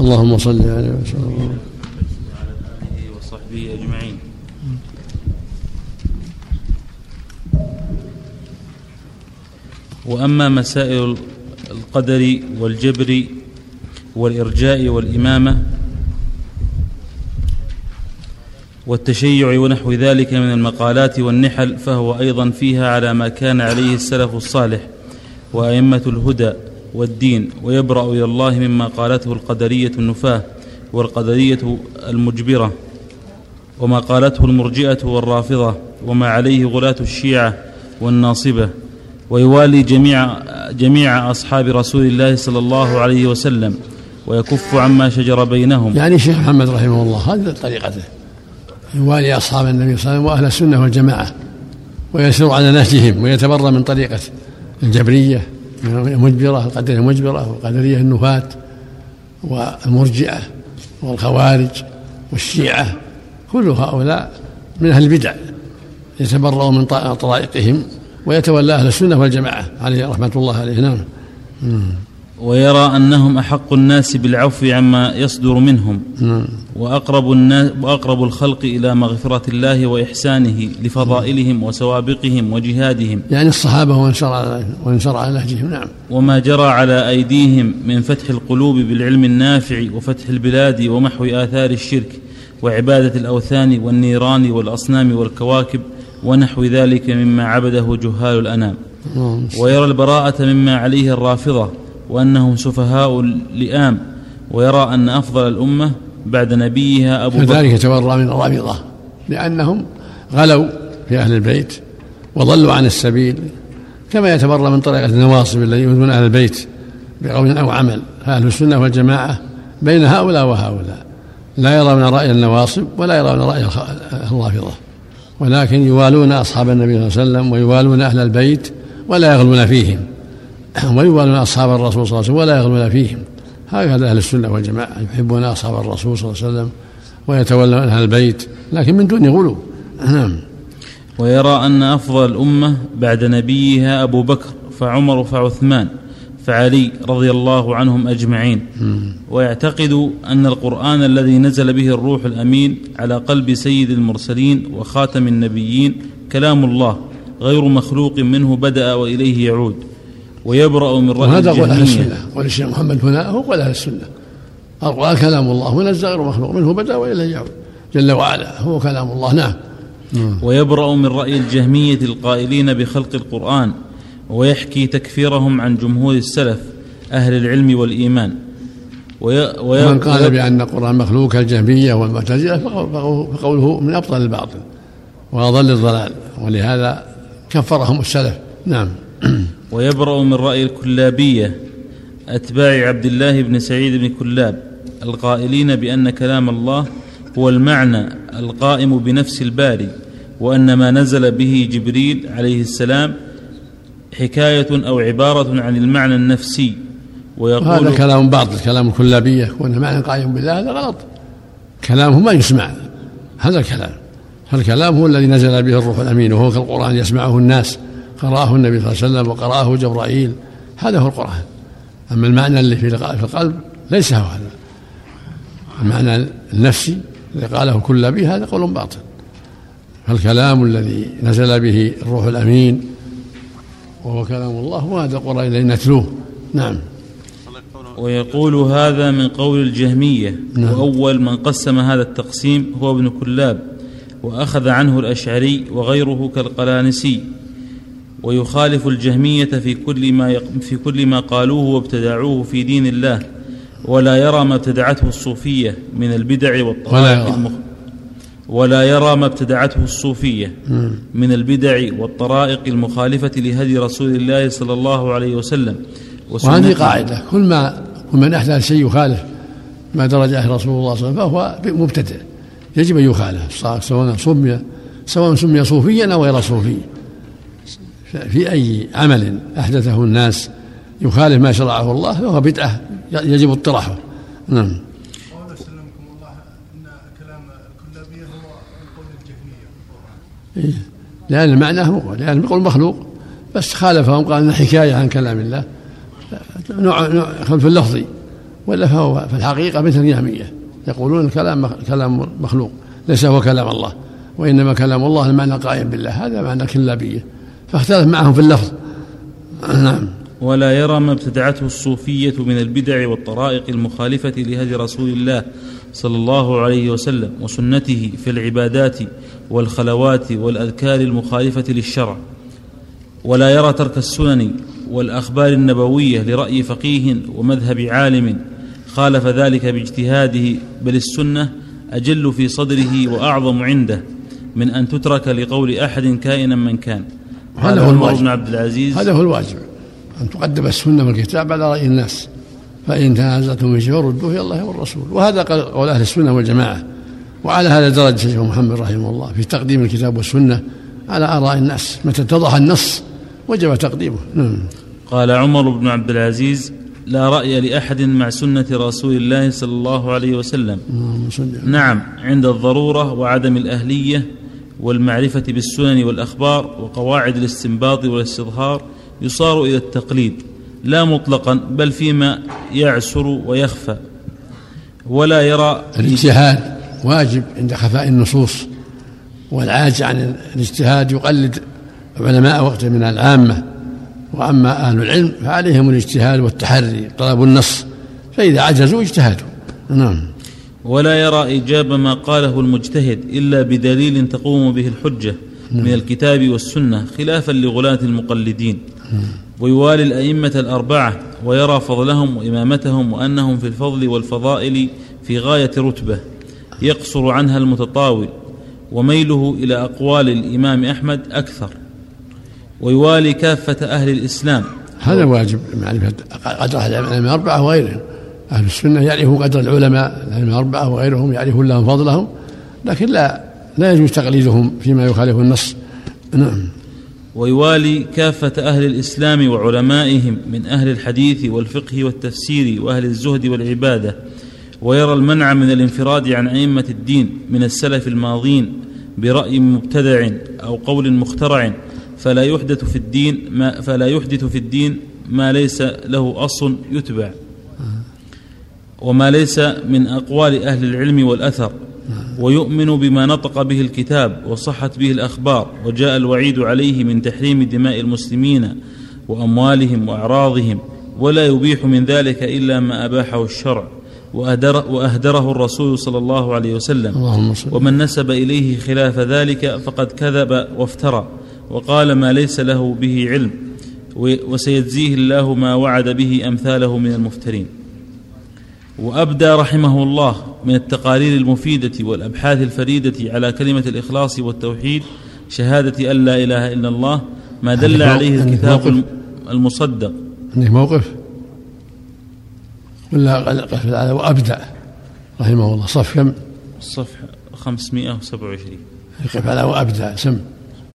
اللهم صل عليه وسلم وعلى آله وصحبه أجمعين. وأما مسائل القدر والجبر والإرجاء والإمامة والتشيع ونحو ذلك من المقالات والنحل، فهو أيضا فيها على ما كان عليه السلف الصالح وأئمة الهدى والدين، ويبرأ إلى الله مما قالته القدرية النفاة والقدرية المجبرة، وما قالته المرجئة والرافضة، وما عليه غلاة الشيعة والناصبة، ويوالي جميع أصحاب رسول الله صلى الله عليه وسلم، ويكف عما شجر بينهم. يعني شيخ محمد رحمه الله هذه طريقته، يوالي أصحاب النبي صلى الله عليه وسلم وأهل السنة والجماعة، ويسير على نهجهم، ويتبرأ من طريقة الجبرية المجبرة، القدرية المجبرة، والقدرية النفاة، والمرجئة، والخوارج، والشيعة، كل هؤلاء من أهل البدع، يتبرأ من طرائقهم ويتولى أهل السنة والجماعة عليه رحمة الله عليه. نعم. ويرى أنهم أحق الناس بالعفو عما يصدر منهم، وأقرب الخلق إلى مغفرة الله وإحسانه لفضائلهم وسوابقهم وجهادهم، يعني الصحابة ومن شرع على نهجهم. نعم. وما جرى على أيديهم من فتح القلوب بالعلم النافع وفتح البلاد ومحو آثار الشرك وعبادة الأوثان والنيران والأصنام والكواكب ونحو ذلك مما عبده جهال الأنام. ويرى البراءة مما عليه الرافضة وأنهم سفهاء لئام، ويرى أن أفضل الأمة بعد نبيها أبو بكر. كذلك يتبرأ من الرافضة لأنهم غلوا في أهل البيت وضلوا عن السبيل، كما يتبرأ من طريقة النواصب الذين يؤذون أهل البيت بقول أو عمل. أهل السنة والجماعة بين هؤلاء وهؤلاء، لا يرون رأي النواصب ولا يرون رأي الرافضة، ولكن يوالون أصحاب النبي صلى الله عليه وسلم ويوالون أهل البيت ولا يغلون فيهم، ويوالون أصحاب الرسول صلى الله عليه وسلم ولا يغلون فيهم. هكذا أهل السنة والجماعة، يحبون أصحاب الرسول صلى الله عليه وسلم ويتولون أهل البيت لكن من دون غلو. نعم. ويرى أن أفضل الأمة بعد نبيها أبو بكر، فعمر، فعثمان، فعلي رضي الله عنهم أجمعين. ويعتقد أن القرآن الذي نزل به الروح الأمين على قلب سيد المرسلين وخاتم النبيين كلام الله غير مخلوق منه بدأ وإليه يعود. ويبرأ من رأي الجهمية. وهذا قول أهل السنة، والشيخ محمد هنا هو قول أهل السنة، القرآن كلام الله منزل غير مخلوق منه بدأ وإليه يعود جل وعلا، هو كلام الله. نعم. ويبرأ من رأي الجهمية القائلين بخلق القرآن، ويحكي تكفيرهم عن جمهور السلف أهل العلم والإيمان. ومن قال بأن القرآن مخلوق كالجهمية والمعتزلة فقوله من أبطل الباطل وأضل الضلال، ولهذا كفرهم السلف. نعم. ويبرأ من رأي الكلابية أتباع عبد الله بن سعيد بن كلاب القائلين بأن كلام الله هو المعنى القائم بنفس الباري، وأن ما نزل به جبريل عليه السلام حكاية أو عبارة عن المعنى النفسي. ويقول هذا كلام باطل، كلام الكلابية، وأن معنى قائم بالله هذا غلط، كلامه ما يسمع. هذا الكلام، فالكلام هو الذي نزل به الروح الأمين، وهو كالقرآن يسمعه الناس، قرأه النبي صلى الله عليه وسلم وقرأه جبرائيل، هذا هو القرآن. أما المعنى اللي في القلب ليس هو هذا، المعنى النفسي الذي قاله الكلابي هذا قول باطل. فالكلام الذي نزل به الروح الأمين وهو كلام الله، وهذا القرآن الذي نتلوه. نعم. ويقول هذا من قول الجهمية. نعم. وأول من قسم هذا التقسيم هو ابن كلاب، وأخذ عنه الأشعري وغيره كالقلانسي. ويخالف الجهمية في كل ما قالوه وابتدعوه في دين الله، ولا يرى ما ابتدعته الصوفية من البدع والطرائق المخالفة لهدي رسول الله صلى الله عليه وسلم. وهذه قاعدة، كل من أحدث شيء يخالف ما درجه رسول الله صلى الله عليه وسلم فهو مبتدع، يجب أن يخالف، سواء سمي صوفيا أو غير صوفي. في أي عمل أحدثه الناس يخالف ما شرعه الله فهو بدعة يجب اطراحه. نعم. قال سلمكم الله أن كلام الكلابية هو قول الجهمية، لأن المعنى هو، لأن بيقول مخلوق بس خالفهم، قال إنه حكاية عن كلام الله، نوع خلف اللفظي، ولا فهو في الحقيقة مثل الجهمية يقولون كلام مخلوق، ليس هو كلام الله، وإنما كلام الله المعنى قائم بالله، هذا معنى كلابية، فاختلف معهم في اللفظ. نعم. ولا يرى ما ابتدعته الصوفية من البدع والطرائق المخالفة لهدي رسول الله صلى الله عليه وسلم وسنته في العبادات والخلوات والأذكار المخالفة للشرع، ولا يرى ترك السنن والأخبار النبوية لرأي فقيه ومذهب عالم خالف ذلك باجتهاده، بل السنة أجل في صدره وأعظم عنده من أن تترك لقول أحد كائنا من كان. هذا هو عمر بن عبد العزيز. هذا هو الواجب، أن تقدم السنة والكتاب على رأي الناس، فإن تنازعتم في شيء فردوه إلى الله والرسول، وهذا قول أهل السنة والجماعة. وعلى هذا درج الشيخ محمد رحمه الله في تقديم الكتاب والسنة على آراء الناس، متى اتضح النص وجب تقديمه. قال عمر بن عبد العزيز: لا رأي لأحد مع سنة رسول الله صلى الله عليه وسلم. نعم، عند الضرورة وعدم الأهلية والمعرفة بالسنن والأخبار وقواعد الاستنباط والاستظهار يصار إلى التقليد، لا مطلقا بل فيما يعسر ويخفى. ولا يرى الاجتهاد واجب عند خفاء النصوص، والعاجز عن الاجتهاد يقلد علماء وقت من العامة، وأما أهل العلم فعليهم الاجتهاد والتحري طلب النص، فإذا عجزوا اجتهدوا. نعم. ولا يرى إيجاب ما قاله المجتهد إلا بدليل تقوم به الحجة من الكتاب والسنة، خلافا لغلاة المقلدين. ويوالي الأئمة الأربعة ويرى فضلهم وإمامتهم، وأنهم في الفضل والفضائل في غاية رتبة يقصر عنها المتطاول، وميله إلى أقوال الإمام أحمد أكثر. ويوالي كافة أهل الإسلام. هذا واجب، معرفة قدر العلماء الأربعة وغيرهم. أهل السنة يعرفوا قدر العلماء الأربعة وغيرهم يعرفون لهم فضلهم، لكن لا يجوز تقليدهم فيما يخالف النص. نعم. ويوالي كافة أهل الإسلام وعلمائهم من أهل الحديث والفقه والتفسير وأهل الزهد والعبادة، ويرى المنع من الانفراد عن أئمة الدين من السلف الماضين برأي مبتدع أو قول مخترع، فلا يحدث في الدين ما ليس له أصل يتبع، وما ليس من أقوال أهل العلم والأثر، ويؤمن بما نطق به الكتاب وصحت به الأخبار وجاء الوعيد عليه من تحريم دماء المسلمين وأموالهم وأعراضهم، ولا يبيح من ذلك إلا ما أباحه الشرع وأهدره الرسول صلى الله عليه وسلم. ومن نسب إليه خلاف ذلك فقد كذب وافترى وقال ما ليس له به علم، وسيجزيه الله ما وعد به أمثاله من المفترين. وأبدى رحمه الله من التقارير المفيدة والأبحاث الفريدة على كلمة الإخلاص والتوحيد شهادة أن لا إله إلا الله ما دل عليه الكتاب المصدق. عندك موقف ولا وأبدى رحمه الله صف كم؟ الصفحة 527. يقف على وأبدى سم.